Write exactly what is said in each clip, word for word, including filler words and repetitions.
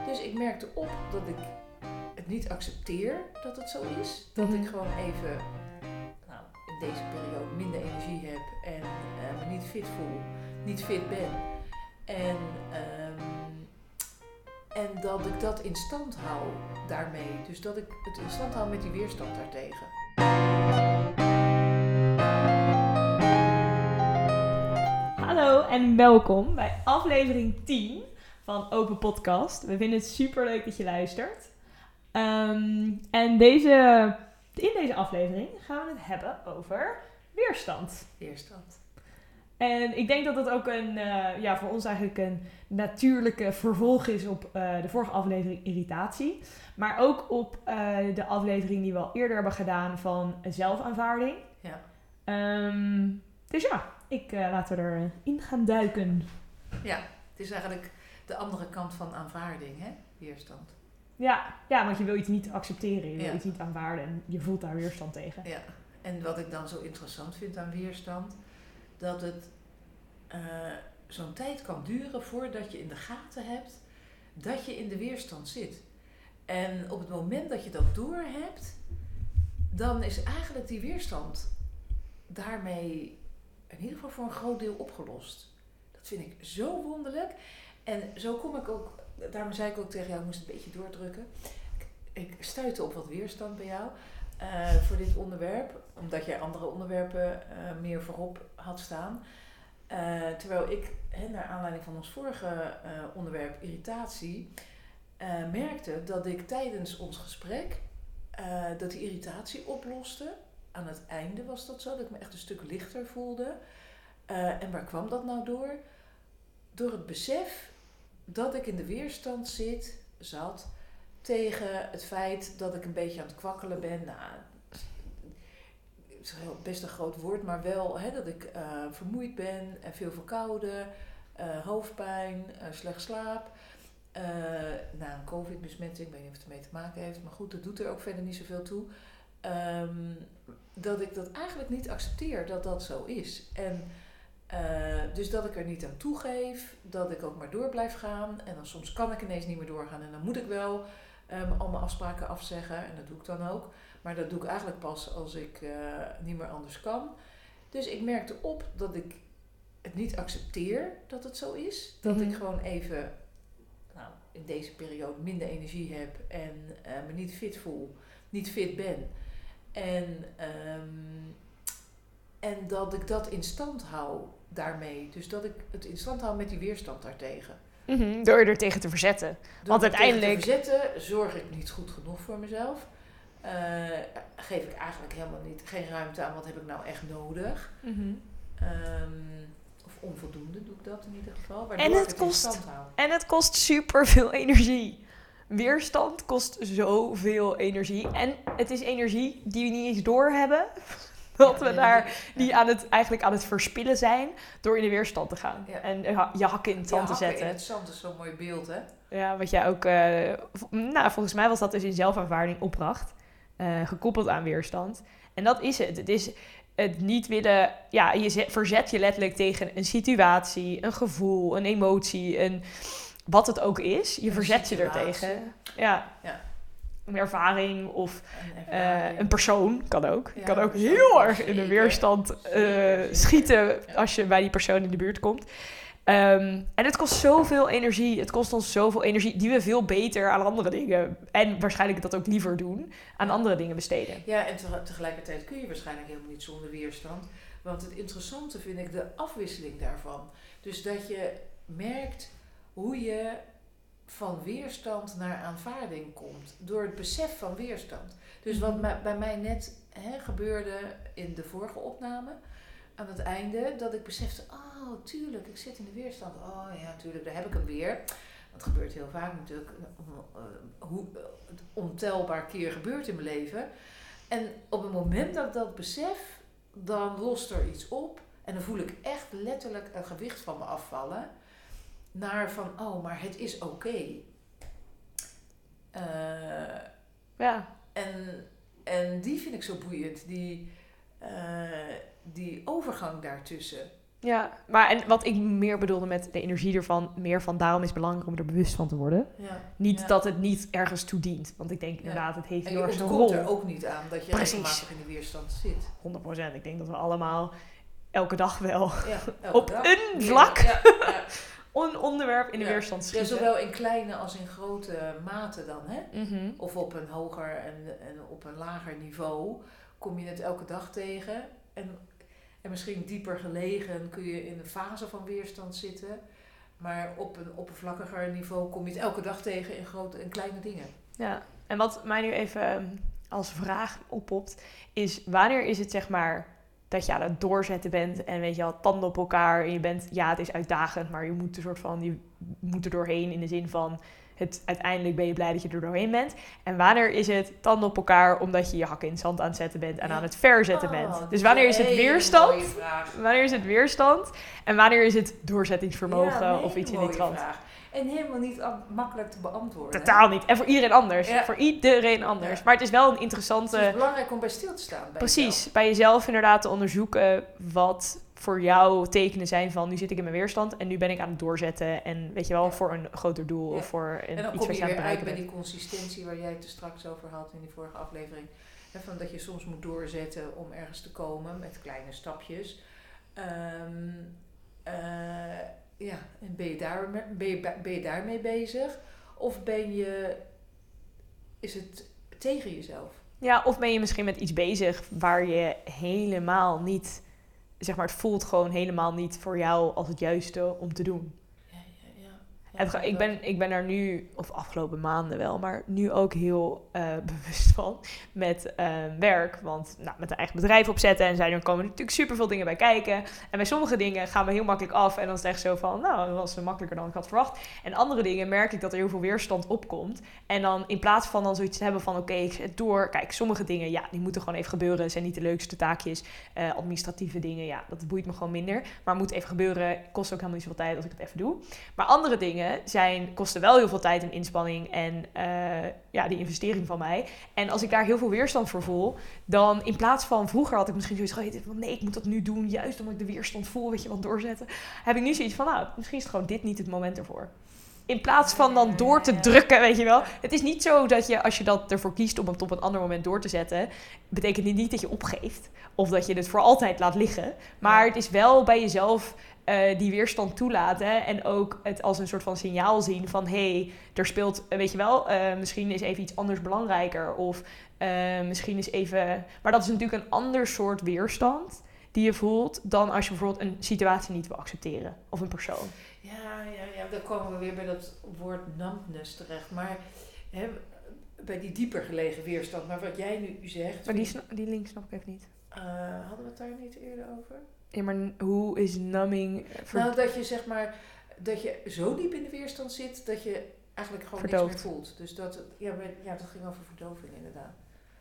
Dus ik merkte op dat ik het niet accepteer dat het zo is. Dat Mm-hmm. ik gewoon even nou, in deze periode minder energie heb en uh, me niet fit voel, niet fit ben. En, um, en dat ik dat in stand hou daarmee. Dus dat ik het in stand hou met die weerstand daartegen. Hallo en welkom bij aflevering tien van Open Podcast. We vinden het super leuk dat je luistert. Um, en deze, in deze aflevering gaan we het hebben over weerstand. Weerstand. En ik denk dat dat ook een, uh, ja, voor ons eigenlijk een natuurlijke vervolg is op uh, de vorige aflevering irritatie. Maar ook op uh, de aflevering die we al eerder hebben gedaan van zelfaanvaarding. Ja. Um, dus ja, ik uh, laten we erin gaan duiken. Ja, het is eigenlijk de andere kant van aanvaarding, hè? Weerstand. Ja, ja, want je wil iets niet accepteren, je wil ja. iets niet aanvaarden en je voelt daar weerstand tegen. Ja, en wat ik dan zo interessant vind aan weerstand, dat het uh, zo'n tijd kan duren voordat je in de gaten hebt dat je in de weerstand zit. En op het moment dat je dat doorhebt, dan is eigenlijk die weerstand daarmee in ieder geval voor een groot deel opgelost. Dat vind ik zo wonderlijk. En zo kom ik ook, daarom zei ik ook tegen jou, ik moest het een beetje doordrukken. Ik, ik stuitte op wat weerstand bij jou uh, voor dit onderwerp, omdat jij andere onderwerpen uh, meer voorop had staan. Uh, terwijl ik, he, naar aanleiding van ons vorige uh, onderwerp, irritatie, uh, merkte dat ik tijdens ons gesprek, uh, dat die irritatie oploste. Aan het einde was dat zo, dat ik me echt een stuk lichter voelde. Uh, en waar kwam dat nou door? Door het besef dat ik in de weerstand zit, zat, tegen het feit dat ik een beetje aan het kwakkelen ben. Nou, het is best een groot woord, maar wel hè, dat ik uh, vermoeid ben en veel verkouden, uh, hoofdpijn, uh, slecht slaap. Uh, na een covid-besmetting, ik weet niet of het ermee te maken heeft, maar goed, dat doet er ook verder niet zoveel toe. Um, dat ik dat eigenlijk niet accepteer dat dat zo is. En uh, dus dat ik er niet aan toegeef, dat ik ook maar door blijf gaan. En dan soms kan ik ineens niet meer doorgaan en dan moet ik wel um, al mijn afspraken afzeggen. En dat doe ik dan ook. Maar dat doe ik eigenlijk pas als ik uh, niet meer anders kan. Dus ik merkte op dat ik het niet accepteer dat het zo is. Dat mm-hmm. ik gewoon even nou, in deze periode minder energie heb en uh, me niet fit voel, niet fit ben. En, um, en dat ik dat in stand hou daarmee. Dus dat ik het in stand hou met die weerstand daartegen. Mm-hmm, door je er tegen te verzetten. Door Want er uiteindelijk tegen te verzetten zorg ik niet goed genoeg voor mezelf. Uh, geef ik eigenlijk helemaal niet, geen ruimte aan wat heb ik nou echt nodig. Mm-hmm. Um, of onvoldoende doe ik dat in ieder geval. En het, ik het kost, in stand hou. En het kost super veel energie. Weerstand kost zoveel energie. En het is energie die we niet eens doorhebben. Dat ja, we daar ja. die aan het, eigenlijk aan het verspillen zijn door in de weerstand te gaan. Ja. En je hakken in het zand ja, te zetten. Ja, in het zand is zo'n mooi beeld, hè? Ja, wat jij ook... Uh, nou, volgens mij was dat dus in zelfaanvaarding opdracht. Uh, gekoppeld aan weerstand. En dat is het. Het is het niet willen... Ja, je zet, verzet je letterlijk tegen een situatie, een gevoel, een emotie, een... Wat het ook is, je een verzet je er tegen. Ja. ja. Een ervaring of een, ervaring. Uh, een persoon kan ook. Je ja, kan ook heel erg in de weerstand uh, schieten als je bij die persoon in de buurt komt. Um, en het kost zoveel energie. Het kost ons zoveel energie die we veel beter aan andere dingen... en waarschijnlijk dat ook liever doen, aan ja. andere dingen besteden. Ja, en te- tegelijkertijd kun je waarschijnlijk helemaal niet zonder weerstand. Want het interessante vind ik de afwisseling daarvan. Dus dat je merkt hoe je van weerstand naar aanvaarding komt. Door het besef van weerstand. Dus wat ma- bij mij net hè, gebeurde in de vorige opname, aan het einde, dat ik besefte, oh tuurlijk, ik zit in de weerstand. Oh ja, tuurlijk, daar heb ik hem weer. Dat gebeurt heel vaak natuurlijk. Uh, hoe uh, ontelbaar keer gebeurt in mijn leven. En op het moment dat ik dat besef, dan lost er iets op. En dan voel ik echt letterlijk een gewicht van me afvallen. Naar van, oh, maar het is oké. Okay. Uh, ja. En, en die vind ik zo boeiend. Die, uh, die overgang daartussen. Ja, maar en wat ik meer bedoelde met de energie ervan, meer van daarom is het belangrijk om er bewust van te worden. Ja. Niet Ja. dat het niet ergens toe dient. Want ik denk Ja. inderdaad, het heeft En heel je erg zijn ontkomt rol. er ook niet aan dat je Precies. regelmatig in de weerstand zit. honderd procent. Ik denk dat we allemaal elke dag wel Ja, elke op dag. een Ja, vlak Ja, ja. een onderwerp in de Ja. weerstand Ja, schieten. zowel in kleine als in grote mate dan, hè? Mhm. Of op een hoger en, en op een lager niveau kom je het elke dag tegen. En, en misschien dieper gelegen kun je in een fase van weerstand zitten. Maar op een oppervlakkiger niveau kom je het elke dag tegen in grote en kleine dingen. Ja, en wat mij nu even um, als vraag oppopt, is wanneer is het zeg maar dat je aan het doorzetten bent en weet je al, tanden op elkaar en je bent, ja het is uitdagend, maar je moet een soort van, je moet er doorheen in de zin van, het, uiteindelijk ben je blij dat je er doorheen bent. En wanneer is het tanden op elkaar omdat je je hakken in het zand aan het zetten bent en Ja. aan het verzetten Oh, bent. dat Dus is wanneer een is het hele weerstand? mooie vraag. Wanneer is het weerstand? En wanneer is het doorzettingsvermogen Ja, een of hele iets in die mooie trant? vraag. En helemaal niet am- makkelijk te beantwoorden. Totaal niet. En voor iedereen anders. Ja. Voor iedereen anders. Ja. Maar het is wel een Het interessante... is belangrijk om bij stil te staan. Bij Precies. jezelf. Bij jezelf inderdaad te onderzoeken wat voor jou tekenen zijn van nu zit ik in mijn weerstand en nu ben ik aan het doorzetten. En weet je wel, Ja. voor een groter doel Ja. of voor een, En dan iets kom wat je je aan weer het uit bereiken bij bent. die consistentie waar jij het er straks over had in die vorige aflevering. Hè, van dat je soms moet doorzetten om ergens te komen met kleine stapjes. Ehm, eh, ja, en ben je, daar, ben, je, ben je daarmee bezig? Of ben je, is het tegen jezelf? Ja, of ben je misschien met iets bezig waar je helemaal niet, zeg maar, het voelt gewoon helemaal niet voor jou als het juiste om te doen. Ja, ja, ja. Het, Ja, ik, dat- ben, ik ben daar nu, of afgelopen maanden wel, maar nu ook heel uh, bewust van met uh, werk. Want nou, met een eigen bedrijf opzetten en zijn er komen natuurlijk superveel dingen bij kijken. En bij sommige dingen gaan we heel makkelijk af en dan is het echt zo van, nou, dat was makkelijker dan ik had verwacht. En andere dingen merk ik dat er heel veel weerstand opkomt. En dan in plaats van dan zoiets te hebben van, oké, okay, ik zet door. Kijk, sommige dingen, ja, die moeten gewoon even gebeuren. Het zijn niet de leukste taakjes. Uh, administratieve dingen, ja, dat boeit me gewoon minder. Maar het moet even gebeuren. Kost ook helemaal niet zoveel tijd als ik het even doe. Maar andere dingen zijn, kosten wel heel veel tijd en inspanning en uh, ja, die investering van mij. En als ik daar heel veel weerstand voor voel, dan in plaats van vroeger had ik misschien zoiets geweten van nee, ik moet dat nu doen, juist omdat ik de weerstand voel, weet je, wat doorzetten. Heb ik nu zoiets van, nou, misschien is het gewoon dit niet het moment ervoor. In plaats van dan door te drukken, weet je wel. Het is niet zo dat je, als je dat ervoor kiest om het op een ander moment door te zetten, betekent dit niet dat je opgeeft. Of dat je het voor altijd laat liggen. Maar het is wel bij jezelf uh, die weerstand toelaten. En ook het als een soort van signaal zien van, hé, hey, er speelt, weet je wel, uh, misschien is even iets anders belangrijker. Of uh, misschien is even... Maar dat is natuurlijk een ander soort weerstand die je voelt dan als je bijvoorbeeld een situatie niet wil accepteren. Of een persoon. Ja, ja, ja, dan komen we weer bij dat woord numbness terecht. Maar hè, bij die dieper gelegen weerstand. Maar wat jij nu zegt... Maar die, sna- die link snap ik even niet. Uh, hadden we het daar niet eerder over? Ja, maar hoe is numbing... Ver- nou, dat je zeg maar... Dat je zo diep in de weerstand zit... Dat je eigenlijk gewoon Verdoofd. niks meer voelt. Dus dat... Ja, maar, ja, dat ging over verdoving inderdaad.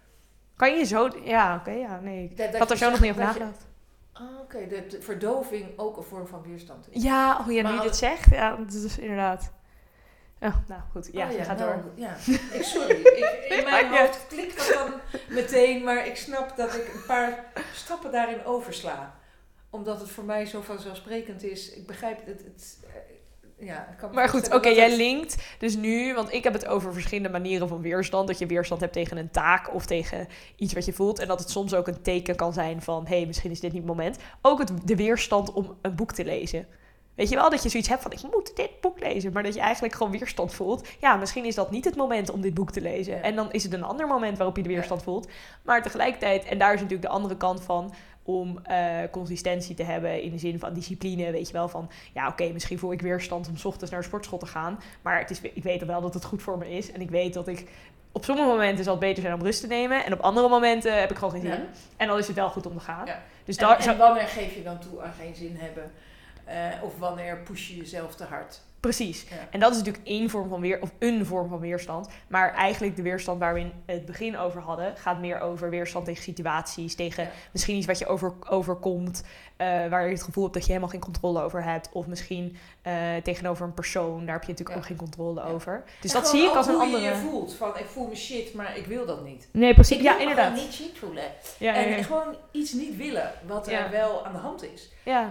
Kan je zo... Ja, oké, okay, ja, nee. Dat, ik dat had er zo zegt, nog niet over dat je, nagedacht. Oh, oké, okay, dat verdoving ook een vorm van weerstand is. Ja, oh ja, nu je dit zegt, ja, dat is inderdaad. Oh, nou goed, ja, oh, ja ga nou, door. Ja. Ik, sorry, ik, in mijn ja. hoofd klikt dat dan meteen, maar ik snap dat ik een paar stappen daarin oversla. Omdat het voor mij zo vanzelfsprekend is. Ik begrijp het, het ja, ik kan me maar goed, oké, okay, jij het... linkt dus nu, want ik heb het over verschillende manieren van weerstand. Dat je weerstand hebt tegen een taak of tegen iets wat je voelt. En dat het soms ook een teken kan zijn van, hé, hey, misschien is dit niet het moment. Ook het, de weerstand om een boek te lezen. Weet je wel, dat je zoiets hebt van, ik moet dit boek lezen. Maar dat je eigenlijk gewoon weerstand voelt. Ja, misschien is dat niet het moment om dit boek te lezen. Ja. En dan is het een ander moment waarop je de weerstand ja. voelt. Maar tegelijkertijd, en daar is natuurlijk de andere kant van... om uh, consistentie te hebben in de zin van discipline, weet je wel, van ja, oké, okay, misschien voel ik weerstand om 's ochtends naar de sportschool te gaan, maar het is, ik weet wel dat het goed voor me is en ik weet dat ik op sommige momenten zal het beter zijn om rust te nemen en op andere momenten heb ik gewoon geen zin. Ja. En dan is het wel goed om te gaan. Ja. Dus en, daar, en zo... wanneer geef je dan toe aan geen zin hebben? Uh, of wanneer push je jezelf te hard? Precies. Ja. En dat is natuurlijk één vorm van weer, of een vorm van weerstand. Maar eigenlijk de weerstand waar we in het begin over hadden, gaat meer over weerstand tegen situaties, tegen ja. misschien iets wat je over, overkomt, uh, waar je het gevoel hebt dat je helemaal geen controle over hebt. Of misschien uh, tegenover een persoon, daar heb je natuurlijk ja. ook geen controle ja. over. Dus en dat zie ik als een hoe andere... je je voelt, van ik voel me shit, maar ik wil dat niet. Nee, precies. Ik ja, wil inderdaad. gewoon niet shit voelen. Ja, en ja, ja. gewoon iets niet willen, wat er ja. wel aan de hand is. Ja.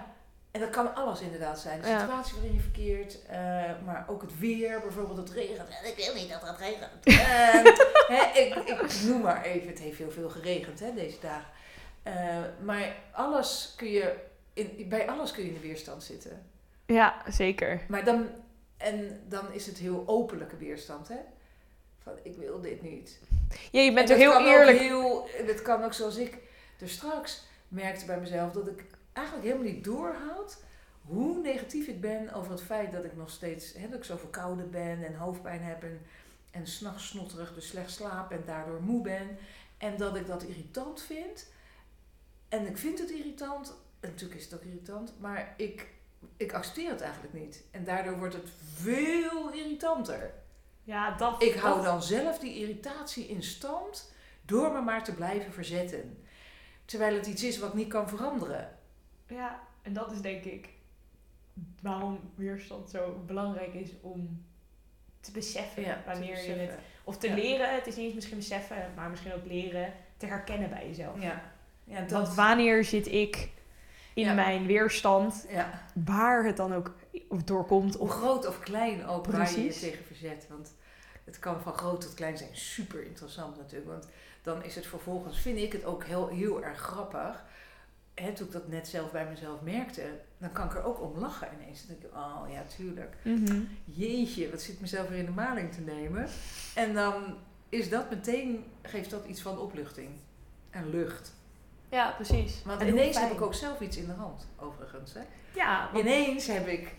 En dat kan alles inderdaad zijn. De Ja. situatie waarin je verkeert, uh, maar ook het weer, bijvoorbeeld het regent. En ik wil niet dat het regent. uh, hè, ik, ik noem maar even, het heeft heel veel geregend hè, deze dagen. Uh, maar alles kun je, in, bij alles kun je in de weerstand zitten. Ja, zeker. Maar dan, en dan is het heel openlijke weerstand, hè? Van, ik wil dit niet. Ja, je bent en er heel eerlijk. Heel, dat kan ook zoals ik er straks merkte bij mezelf, dat ik eigenlijk helemaal niet doorhaal hoe negatief ik ben over het feit dat ik nog steeds, hè, dat ik zo verkouden ben en hoofdpijn heb en, en 's nachts snotterig, dus slecht slaap en daardoor moe ben. En dat ik dat irritant vind. En ik vind het irritant, en natuurlijk is het ook irritant, maar ik, ik accepteer het eigenlijk niet. En daardoor wordt het veel irritanter. Ja, dat, ik hou dat... dan zelf die irritatie in stand door me maar te blijven verzetten. Terwijl het iets is wat niet kan veranderen. Ja, en dat is denk ik waarom weerstand zo belangrijk is om te beseffen ja, wanneer te je beseffen. het... Of te ja. leren, het is niet eens misschien beseffen, maar misschien ook leren te herkennen bij jezelf. Ja. Ja, dat... Want wanneer zit ik in ja. mijn weerstand, ja. waar het dan ook doorkomt. Hoe groot of klein ook, Precies. waar je je tegen verzet. Want het kan van groot tot klein zijn. Super interessant natuurlijk. Want dan is het vervolgens, vind ik het ook heel, heel erg grappig. Hè, toen ik dat net zelf bij mezelf merkte, dan kan ik er ook om lachen ineens. Dan denk ik, oh ja, tuurlijk. Mm-hmm. Jeetje, wat zit mezelf weer in de maling te nemen. En dan is dat meteen, geeft dat iets van opluchting. En lucht. Ja, precies. Want en ineens heb ik ook zelf iets in de hand, overigens. Hè? Ja. Want... Ineens heb ik,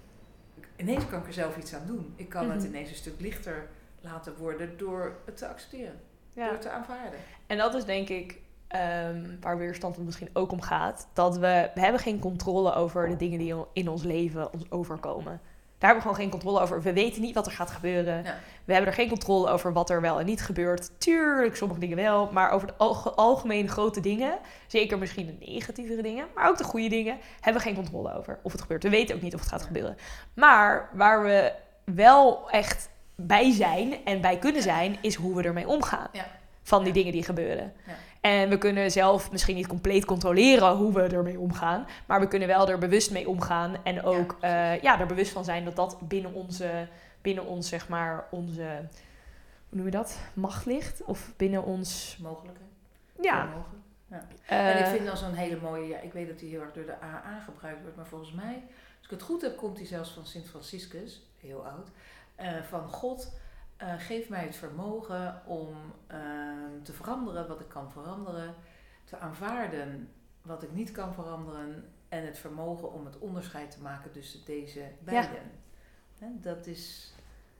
ineens kan ik er zelf iets aan doen. Ik kan mm-hmm. het ineens een stuk lichter laten worden door het te accepteren. Ja. Door het te aanvaarden. En dat is denk ik um, waar weerstand het misschien ook om gaat. Dat we, we hebben geen controle over de dingen die in ons leven ons overkomen. Daar hebben we gewoon geen controle over. We weten niet wat er gaat gebeuren. Ja. We hebben er geen controle over wat er wel en niet gebeurt. Tuurlijk, sommige dingen wel. Maar over de alge- algemene grote dingen, zeker misschien de negatievere dingen, maar ook de goede dingen, hebben we geen controle over of het gebeurt. We weten ook niet of het gaat ja. gebeuren. Maar waar we wel echt bij zijn en bij kunnen zijn, is hoe we ermee omgaan. Ja. Van die ja. dingen die gebeuren. Ja. En we kunnen zelf misschien niet compleet controleren hoe we ermee omgaan. Maar we kunnen wel er bewust mee omgaan. En ook ja, uh, ja, er bewust van zijn dat dat binnen onze, binnen ons, zeg maar, onze, hoe noem je dat? Macht ligt. Of binnen ons... Mogelijkheid. Ja. ja. Uh, en ik vind dan zo'n hele mooie, ja, ik weet dat die heel erg door de A A gebruikt wordt. Maar volgens mij, als ik het goed heb, komt die zelfs van Sint Franciscus. Heel oud. Uh, van God... Uh, geef mij het vermogen om uh, te veranderen wat ik kan veranderen, te aanvaarden wat ik niet kan veranderen en het vermogen om het onderscheid te maken tussen deze beiden. Ja. He, dat is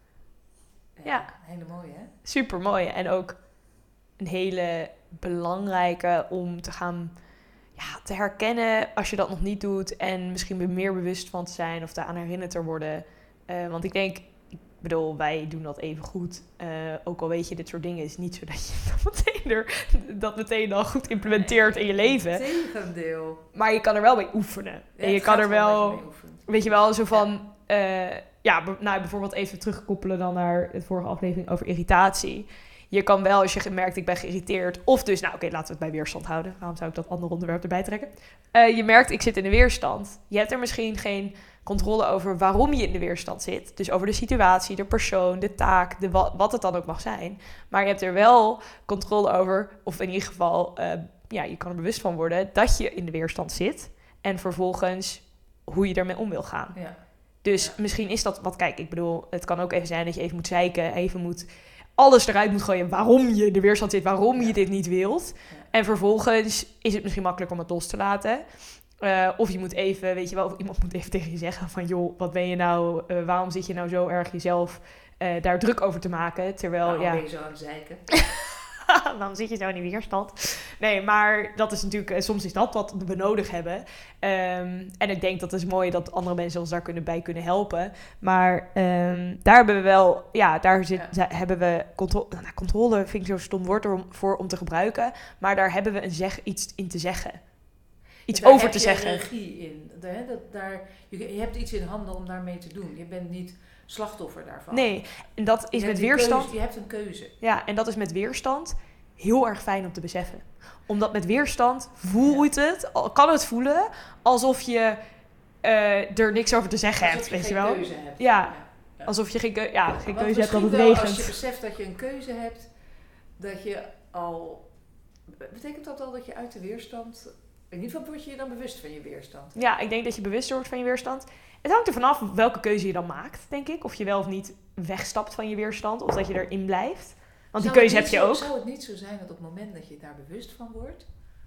ja, ja. een hele mooie, hè? Super mooi en ook een hele belangrijke om te gaan ja, te herkennen als je dat nog niet doet en misschien meer bewust van te zijn of daaraan herinnerd te worden. Uh, want ik denk... Ik bedoel, wij doen dat even goed. Uh, ook al weet je dit soort dingen, is niet zo dat je dat meteen, er, dat meteen al goed implementeert nee, in je leven. Tegendeel. Maar je kan er wel mee oefenen. Ja, en je kan er wel, weet je wel, zo van, ja, uh, ja nou, bijvoorbeeld even terugkoppelen dan naar de vorige aflevering over irritatie. Je kan wel, als je merkt, ik ben geïrriteerd, of dus, nou oké, okay, laten we het bij weerstand houden. Waarom zou ik dat andere onderwerp erbij trekken? Uh, je merkt, ik zit in de weerstand. Je hebt er misschien geen controle over waarom je in de weerstand zit. Dus over de situatie, de persoon, de taak, de wa- wat het dan ook mag zijn. Maar je hebt er wel controle over, of in ieder geval, uh, ja, je kan er bewust van worden dat je in de weerstand zit. En vervolgens hoe je ermee om wil gaan. Ja. Dus ja. misschien is dat, wat kijk, ik bedoel, het kan ook even zijn dat je even moet zeiken, even moet... alles eruit moet gooien waarom je in de weerstand zit, waarom ja. je dit niet wilt. Ja. En vervolgens is het misschien makkelijker om het los te laten. Uh, of je moet even, weet je wel, of iemand moet even tegen je zeggen van... joh, wat ben je nou, uh, waarom zit je nou zo erg jezelf uh, daar druk over te maken? Terwijl, waarom ja... ben je zo aan het zeiken? Waarom zit je zo in die weerstand? Nee, maar dat is natuurlijk... Uh, soms is dat wat we nodig hebben. Um, en ik denk dat het is mooi dat andere mensen ons daar kunnen, bij kunnen helpen. Maar um, daar hebben we wel... Ja, daar zit, ja. hebben we... Contro- nou, controle vind ik zo'n stom woord om, voor om te gebruiken. Maar daar hebben we een zeg, iets in te zeggen. Iets daar over te heb je zeggen. Regie in. Daar, dat, daar, je, je hebt iets in handen om daarmee te doen. Je bent niet slachtoffer daarvan. Nee, en dat is je met weerstand... Keuze, je hebt een keuze. Ja, en dat is met weerstand heel erg fijn om te beseffen. Omdat met weerstand voelt ja. het, kan het voelen alsof je uh, er niks over te zeggen alsof hebt, je weet je geen wel? keuze hebt. Ja, Ja, ja. alsof je geen, keu- ja, geen Want keuze hebt dat het misschien wel, regent. als je beseft dat je een keuze hebt, dat je al... Betekent dat al dat je uit de weerstand... In ieder geval word je je dan bewust van je weerstand. Ja, ik denk dat je bewuster wordt van je weerstand. Het hangt er vanaf welke keuze je dan maakt, denk ik. Of je wel of niet wegstapt van je weerstand, of dat je erin blijft. Want die Zou keuze het heb je niet zo- ook. Zou het niet zo zijn dat op het moment dat je daar bewust van wordt,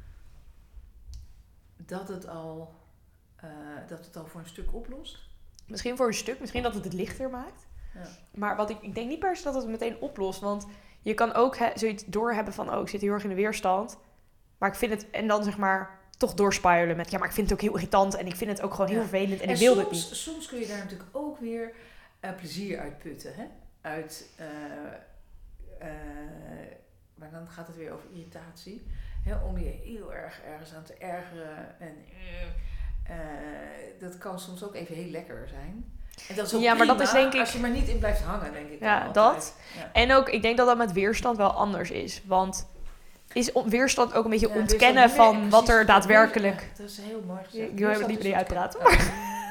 dat het al, uh, dat het al voor een stuk oplost? Misschien voor een stuk, misschien dat het het lichter maakt. Ja. Maar wat ik, ik denk niet per se dat het meteen oplost. Want je kan ook he, zoiets doorhebben van, oh, ik zit heel erg in de weerstand. Maar ik vind het, en dan zeg maar, toch doorspiralen met, ja, maar ik vind het ook heel irritant. En ik vind het ook gewoon heel Ja. vervelend en, En ik wil soms, het niet. soms kun je daar natuurlijk ook weer uh, plezier uit putten. Hè? Uit, uh, uh, maar dan gaat het weer over irritatie. Hè? Om je heel erg ergens aan te ergeren. En uh, uh, dat kan soms ook even heel lekker zijn. En dat is ook ja, maar prima, dat is denk ik... als je maar niet in blijft hangen, denk ik. Ja, dat. Ja. En ook, ik denk dat dat met weerstand wel anders is. Want is weerstand ook een beetje ja, ontkennen van meer, wat er daadwerkelijk... Ja, dat is heel mooi gezegd. Ik wil even niet meer uitpraten. Maar...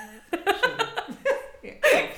ja,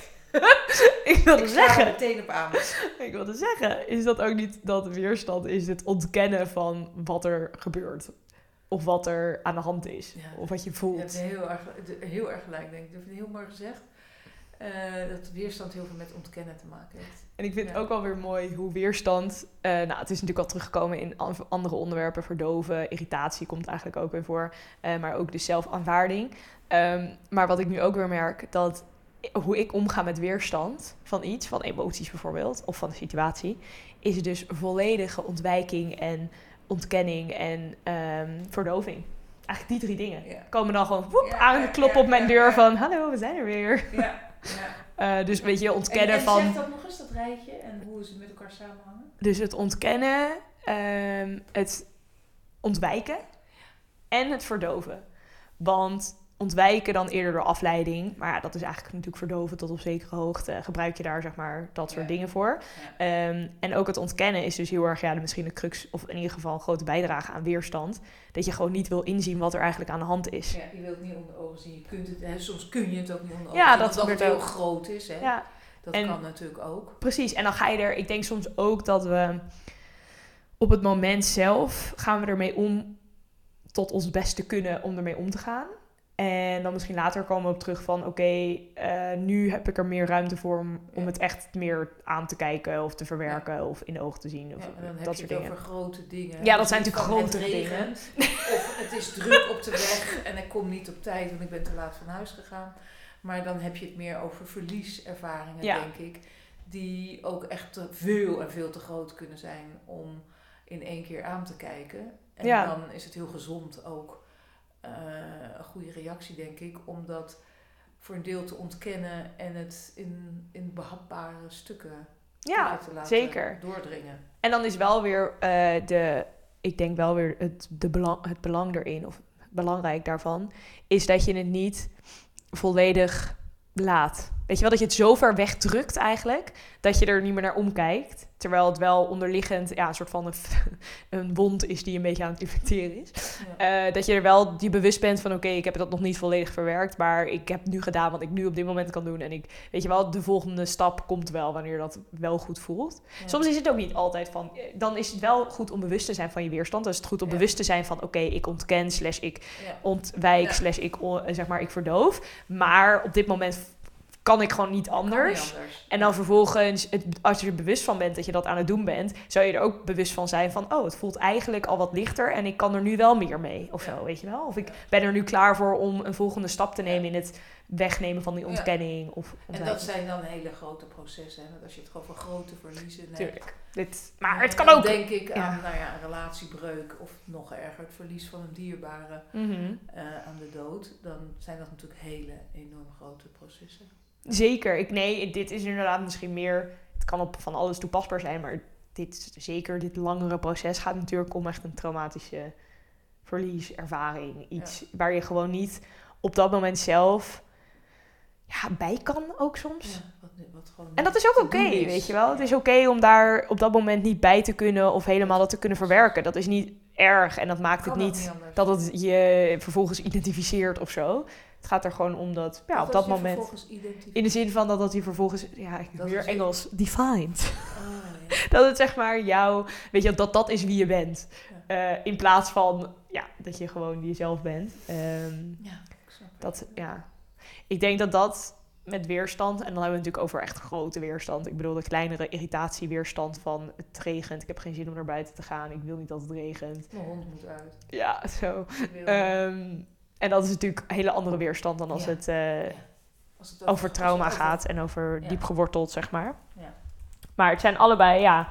ik wilde ik zeggen... meteen op aan. Ik wilde zeggen, is dat ook niet dat weerstand is het ontkennen van wat er gebeurt? Of wat er aan de hand is? Ja, of wat je voelt? Je hebt heel erg, heel erg gelijk, denk ik. Dat vind ik heel mooi gezegd. Uh, dat weerstand heel veel met ontkennen te maken heeft. En ik vind ja. ook wel weer mooi hoe weerstand... Uh, nou, het is natuurlijk al teruggekomen in andere onderwerpen. Verdoven, irritatie komt eigenlijk ook weer voor. Uh, maar ook de zelfaanvaarding. Um, maar wat ik nu ook weer merk, dat hoe ik omga met weerstand van iets, van emoties bijvoorbeeld, of van de situatie, is dus volledige ontwijking en ontkenning en um, verdoving. Eigenlijk die drie dingen. Ja. Komen dan gewoon woep, ja, aankloppen ja, op mijn deur ja, van, hallo, we zijn er weer. Ja. Ja. Uh, dus weet je, ontkennen en, en van... zeg dat nog eens, dat rijtje, en hoe ze met elkaar samenhangen? Dus het ontkennen, um, het ontwijken en het verdoven. Want ontwijken dan eerder door afleiding. Maar ja, dat is eigenlijk natuurlijk verdoven tot op zekere hoogte. Gebruik je daar zeg maar dat soort ja. dingen voor. Ja. Um, en ook het ontkennen is dus heel erg, ja, misschien een crux, of in ieder geval een grote bijdrage aan weerstand. Dat je gewoon niet wil inzien wat er eigenlijk aan de hand is. Ja, je wilt het niet onder ogen zien. Je kunt het, hè, soms kun je het ook niet onder ogen ja, zien. Dat omdat het heel ook. groot is. Hè. Ja. Dat en, kan natuurlijk ook. Precies. En dan ga je er, ik denk soms ook dat we op het moment zelf gaan we ermee om tot ons best te kunnen om ermee om te gaan. En dan misschien later komen we op terug van... oké, okay, uh, nu heb ik er meer ruimte voor om, ja. om het echt meer aan te kijken... of te verwerken ja. of in de ogen te zien. Of ja, en dan dat heb soort je het dingen. over grote dingen. Ja, dat zijn natuurlijk grote dingen. Of het is druk op de weg en ik kom niet op tijd... want ik ben te laat van huis gegaan. Maar dan heb je het meer over verlieservaringen, ja. denk ik... die ook echt veel en veel te groot kunnen zijn... om in één keer aan te kijken. En ja. dan is het heel gezond ook... Uh, een goede reactie, denk ik, om dat voor een deel te ontkennen en het in, in behapbare stukken ja, te laten zeker. doordringen. En dan is wel weer uh, de, ik denk wel weer het, de belang, het belang erin, of belangrijk daarvan, is dat je het niet volledig laat. Weet je wel, dat je het zo ver wegdrukt eigenlijk, dat je er niet meer naar omkijkt. Terwijl het wel onderliggend, ja, een soort van een, een wond is die een beetje aan het infecteren is. Ja. Uh, dat je er wel die bewust bent van, oké, okay, ik heb dat nog niet volledig verwerkt, maar ik heb nu gedaan wat ik nu op dit moment kan doen. En ik, weet je wel, de volgende stap komt wel wanneer dat wel goed voelt. Ja. Soms is het ook niet altijd van, dan is het wel goed om bewust te zijn van je weerstand. Dan is het goed om ja. bewust te zijn van, oké, okay, ik ontken, slash ik ja. ontwijk, ja. slash ik, on, zeg maar, ik verdoof. Maar op dit moment kan ik gewoon niet anders. niet anders. En dan vervolgens, het, als je er bewust van bent dat je dat aan het doen bent, zou je er ook bewust van zijn van, oh, het voelt eigenlijk al wat lichter en ik kan er nu wel meer mee, of ja. zo, weet je wel? Of ik ja. ben er nu klaar voor om een volgende stap te nemen in het wegnemen van die ontkenning. Ja. Of en dat zijn dan hele grote processen, hè? Want als je het gewoon voor grote verliezen neemt. Tuurlijk. Dit, maar het dan kan ook. denk ik ja. aan nou ja, een relatiebreuk of nog erger, het verlies van een dierbare mm-hmm. uh, aan de dood. Dan zijn dat natuurlijk hele enorm grote processen. Zeker. Ik, nee, dit is inderdaad misschien meer... Het kan op van alles toepasbaar zijn, maar dit, zeker dit langere proces gaat natuurlijk om echt een traumatische verlieservaring. Iets ja. waar je gewoon niet op dat moment zelf ja, bij kan ook soms. Ja, wat, wat gewoon en dat is ook oké, okay, weet je wel. Ja. Het is oké okay om daar op dat moment niet bij te kunnen of helemaal dat te kunnen verwerken. Dat is niet erg en dat maakt kan het niet, niet dat het je vervolgens identificeert of zo. Het gaat er gewoon om dat, ja, Dat op was dat je moment... vervolgens identificeert. In de zin van dat, dat hij vervolgens, ja, ik Dat weer is- Engels, defined. Ah, ja. Dat het zeg maar jou, weet je, dat dat is wie je bent. Uh, in plaats van, ja, dat je gewoon jezelf bent. Um, Ja, ik snap het. dat, ja. Ik denk dat dat met weerstand, en dan hebben we het natuurlijk over echt grote weerstand. Ik bedoel de kleinere irritatieweerstand van het regent. Ik heb geen zin om naar buiten te gaan. Ik wil niet dat het regent. Mijn hond moet uit. Ja, zo. Ik wil- Um, en dat is natuurlijk een hele andere weerstand dan als Ja. het, uh, Ja. Als het over trauma als het over- gaat en over Ja. diep geworteld, zeg maar. Ja. Maar het zijn allebei, ja...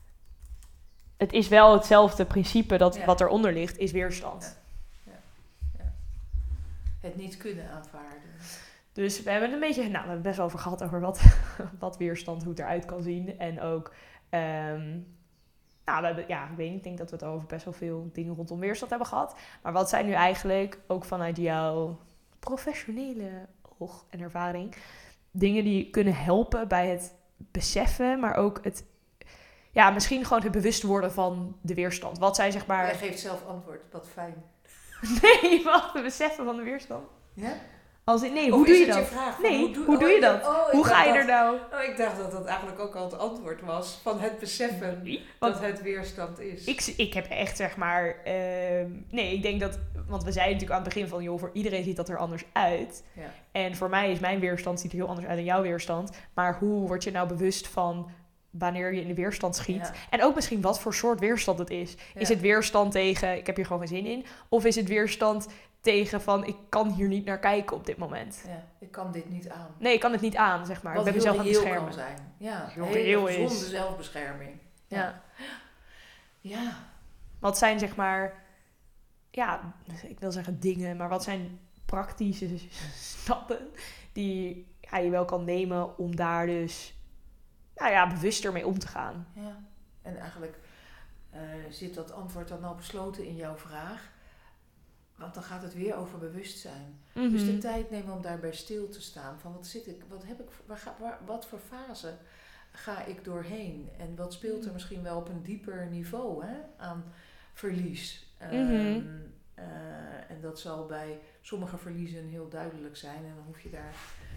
Het is wel hetzelfde principe dat Ja. wat eronder ligt, is weerstand. Ja. Ja. Ja. Het niet kunnen aanvaarden. Dus we hebben een beetje, nou, we hebben het best wel over gehad over wat, wat weerstand, hoe het eruit kan zien. En ook, um, nou, we hebben, ja, ik weet niet, ik denk dat we het over best wel veel dingen rondom weerstand hebben gehad. Maar wat zijn nu eigenlijk, ook vanuit jouw professionele oog en ervaring, dingen die kunnen helpen bij het beseffen, maar ook het, ja, misschien gewoon het bewust worden van de weerstand. Wat zijn, zeg maar... Jij geeft zelf antwoord, wat fijn. Nee, wat het beseffen van de weerstand. Ja? Als in, nee, Of hoe is doe je het dat? je vraag van, Nee, hoe doe, hoe oh, doe je ik dat? dacht- oh, ik Hoe dacht ga je dat- er nou? Oh, ik dacht dat dat eigenlijk ook al het antwoord was van het beseffen Want dat het weerstand is. ik, ik heb echt, zeg maar... ehm, nee, ik denk dat... Want we zeiden natuurlijk aan het begin van... joh, voor iedereen ziet dat er anders uit. Ja. En voor mij is mijn weerstand ziet er heel anders uit dan jouw weerstand. Maar hoe word je nou bewust van... wanneer je in de weerstand schiet? Ja. En ook misschien wat voor soort weerstand het is. Ja. Is het weerstand tegen... ik heb hier gewoon geen zin in? Of is het weerstand tegen van... ik kan hier niet naar kijken op dit moment? Ja, ik kan dit niet aan. Nee, ik kan het niet aan, zeg maar. Wat ik ben heel mezelf aan het reëel beschermen. kan zijn. Ja, Heel hele reëel is. gezonde zelfbescherming. Ja. Ja. Wat zijn, zeg maar... ja, ik wil zeggen dingen... maar wat zijn praktische stappen... die ja, je wel kan nemen om daar dus... nou ja, bewuster mee om te gaan. Ja. En eigenlijk uh, zit dat antwoord dan al besloten in jouw vraag. Want dan gaat het weer over bewustzijn. Mm-hmm. Dus de tijd nemen om daarbij stil te staan. Van wat zit ik, wat heb ik, waar ga, waar, wat voor fase ga ik doorheen? En wat speelt er misschien wel op een dieper niveau, hè, aan verlies? Mm-hmm. Um, uh, en dat zal bij sommige verliezen heel duidelijk zijn. En dan hoef je daar,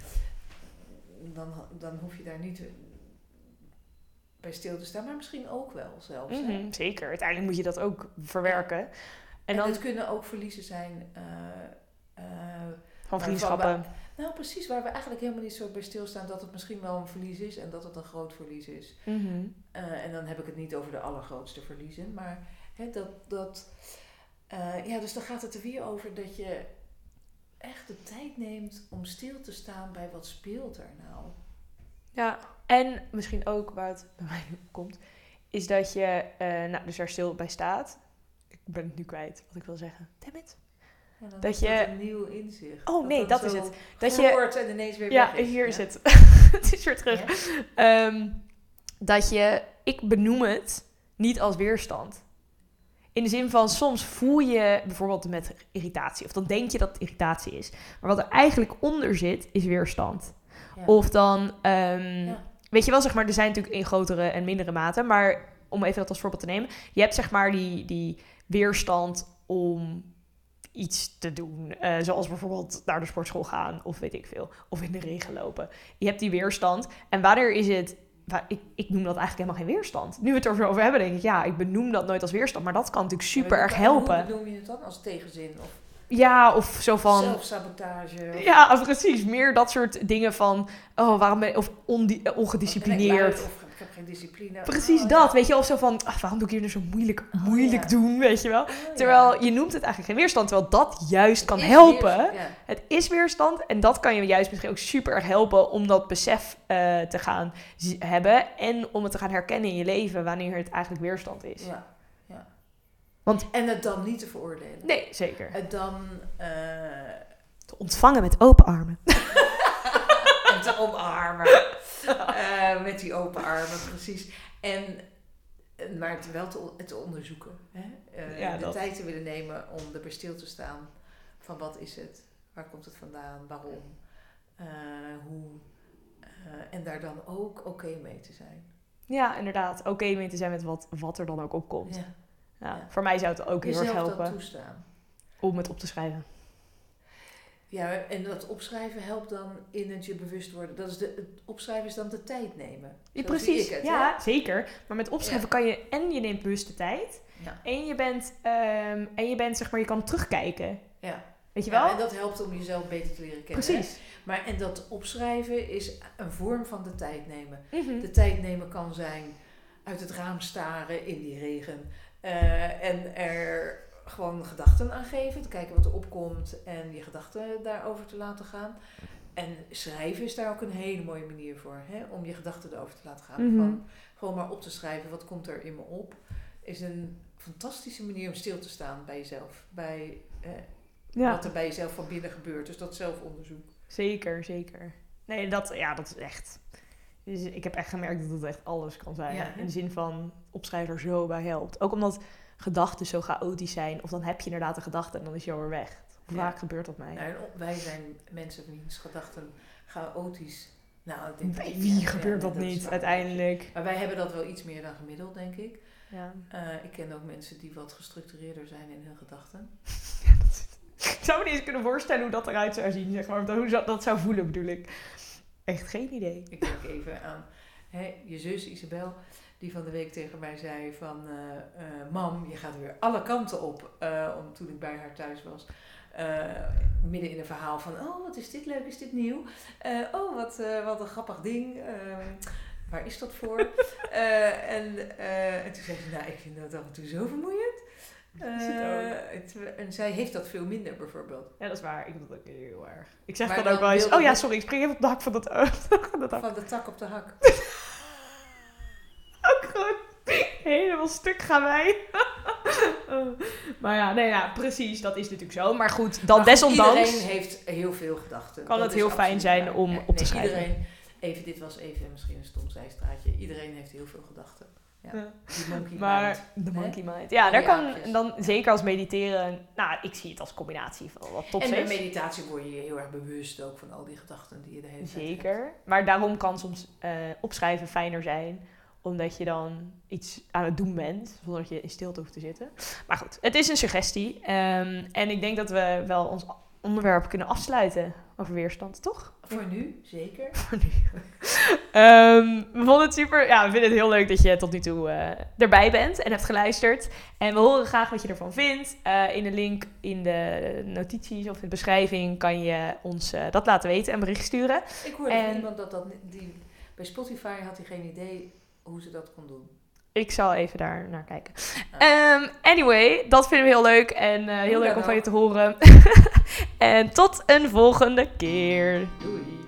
dan, dan hoef je daar niet bij stil te staan. Maar misschien ook wel zelfs. Mm-hmm, hè? zeker. Uiteindelijk moet je dat ook verwerken. En, En dan het kunnen ook verliezen zijn... Uh, uh, van vriendschappen. We, nou, precies, waar we eigenlijk helemaal niet zo bij stilstaan dat het misschien wel een verlies is en dat het een groot verlies is. Mm-hmm. Uh, en dan heb ik het niet over de allergrootste verliezen, maar hè, dat, dat uh, ja, dus dan gaat het er weer over dat je echt de tijd neemt om stil te staan bij wat speelt er nou. Ja, en misschien ook waar het bij mij op komt, is dat je, uh, nou, dus er stil bij staat. Ik ben het nu kwijt wat ik wil zeggen. Damn it. Ja, dan dat is je... dat een nieuw inzicht. Oh nee, dat, dat is het. Dat je en ineens weer ja, weg is. hier ja? is het. Het is weer terug. Ja? Um, dat je, ik benoem het niet als weerstand. In de zin van, soms voel je bijvoorbeeld met irritatie. Of dan denk je dat het irritatie is. Maar wat er eigenlijk onder zit, is weerstand. Ja. Of dan, um, ja. weet je wel, zeg maar, er zijn natuurlijk in grotere en mindere mate. Maar om even dat als voorbeeld te nemen. Je hebt zeg maar die, die weerstand om iets te doen. Uh, zoals bijvoorbeeld naar de sportschool gaan. Of weet ik veel. Of in de regen lopen. Je hebt die weerstand. En wanneer is het... Ik, ik noem dat eigenlijk helemaal geen weerstand. Nu we het er over hebben, denk ik... Ja, ik benoem dat nooit als weerstand. Maar dat kan natuurlijk super ja, erg helpen. Hoe benoem je het dan? Als tegenzin? Of ja, of zo van... zelfsabotage? Of... Ja, precies. Meer dat soort dingen van... Oh, waarom ben je... Of ondi- ongedisciplineerd. Of, of ik heb geen discipline. Precies oh, dat. Ja. Weet je, of zo van... Ach, waarom doe ik hier nu zo moeilijk, moeilijk oh, ja. doen, weet je wel. Oh, terwijl ja. je noemt het eigenlijk geen weerstand. Terwijl dat juist het kan is helpen. Weerstand, ja. Het is weerstand. En dat kan je juist misschien ook super erg helpen... om dat besef uh, te gaan z- hebben. En om het te gaan herkennen in je leven... wanneer het eigenlijk weerstand is. Ja. Ja. Want, en het dan niet te veroordelen. Nee, zeker. Het dan... Uh... te ontvangen met open armen. en te omarmen. uh, met die open armen, precies. En, maar het wel te, te onderzoeken. Hè? Uh, ja, de dat. tijd te willen nemen om erbij stil te staan. Van wat is het? Waar komt het vandaan? Waarom? Uh, hoe? Uh, en daar dan ook oké okay mee te zijn. Ja, inderdaad. Oké okay mee te zijn met wat, wat er dan ook opkomt. Ja. Ja, ja. Voor mij zou het ook heel erg helpen. Jezelf dat toestaan. Om het op te schrijven. Ja, en dat opschrijven helpt dan in het je bewust worden. Dat is de, het opschrijven is dan de tijd nemen. Ja, Zo precies, zie ik het, ja, hè? zeker. Maar met opschrijven Ja. kan je, en je neemt bewust de tijd, Ja. en je bent, um, en je bent, zeg maar, je kan terugkijken. Ja. Weet je wel? Ja, en dat helpt om jezelf beter te leren kennen. Precies. Hè? Maar en dat opschrijven is een vorm van de tijd nemen. Mm-hmm. De tijd nemen kan zijn uit het raam staren in die regen. Uh, en er gewoon gedachten aan geven. Te kijken wat er opkomt en je gedachten daarover te laten gaan. En schrijven is daar ook een hele mooie manier voor. Hè? Om je gedachten erover te laten gaan. Mm-hmm. Van, gewoon maar op te schrijven. Wat komt er in me op? Is een fantastische manier om stil te staan bij jezelf. Bij eh, Ja. wat er bij jezelf van binnen gebeurt. Dus dat zelfonderzoek. Zeker, zeker. Nee, dat, ja, dat is echt... Dus ik heb echt gemerkt dat het echt alles kan zijn. Ja, in de zin van opschrijven er zo bij helpt. Ook omdat gedachten zo chaotisch zijn. Of dan heb je inderdaad een gedachte en dan is je alweer weg. Hoe Ja. vaak gebeurt dat mij? Nou, en op- wij zijn mensen wiens gedachten chaotisch. Nou, ik denk Bij dat- wie ja, gebeurt ja, dat is niet waar. uiteindelijk? Maar wij hebben dat wel iets meer dan gemiddeld, denk ik. Ja. Uh, ik ken ook mensen die wat gestructureerder zijn in hun gedachten. Ja, dat is... Ik zou me niet eens kunnen voorstellen hoe dat eruit zou zien. Zeg maar. Hoe zou- dat zou voelen, bedoel ik. Echt geen idee. Ik denk even aan hè, je zus Isabel, die van de week tegen mij zei van... Uh, uh, mam, je gaat weer alle kanten op. Uh, om, toen ik bij haar thuis was. Uh, midden in een verhaal van... Oh, wat is dit leuk, is dit nieuw? Uh, oh, wat, uh, wat een grappig ding. Uh, waar is dat voor? uh, en, uh, en toen zei ze, nou, ik vind dat af en toe zo vermoeiend. Uh, het, en zij heeft dat veel minder bijvoorbeeld. Ja, dat is waar. Ik doe dat ook heel erg. Ik zeg Maar dan dan ook wel eens... wilde Oh ja, ik- sorry, ik spring even op de hak van dat... van dat hak. Van de tak op de hak. Ook gewoon helemaal stuk gaan wij. Oh. Maar ja, nee, ja, precies. Dat is natuurlijk zo. Maar goed, dan Maar goed, desondanks... iedereen heeft heel veel gedachten. Kan Dat het is heel fijn absoluut zijn waar. om Ja, op te nee, schrijven. Iedereen, even, dit was even misschien een stom zijstraatje. Iedereen heeft heel veel gedachten. Ja. Ja. Die monkey Maar mind. de Hè? monkey mind. Ja, Al daar die kan aapjes. dan zeker als mediteren... Nou, ik zie het als combinatie van wat top En bij is. meditatie word je je heel erg bewust ook van al die gedachten die je de hele tijd hebt. Zeker. Maar daarom kan soms uh, opschrijven fijner zijn. Omdat je dan iets aan het doen bent. Zonder dat je in stilte hoeft te zitten. Maar goed, het is een suggestie. Um, en ik denk dat we wel ons onderwerp kunnen afsluiten over weerstand, toch? Voor nu, zeker. um, we vonden het super. Ja, we vinden het heel leuk dat je tot nu toe uh, erbij bent en hebt geluisterd. En we horen graag wat je ervan vindt. Uh, in de link in de notities of in de beschrijving kan je ons uh, dat laten weten en bericht sturen. Ik hoorde En- van iemand dat dat... Die, bij Spotify had hij geen idee hoe ze dat kon doen. Ik zal even daar naar kijken. Ah. Um, anyway, dat vinden we heel leuk. En uh, heel Doe leuk dat om van je ook. te horen. En tot een volgende keer. Doei.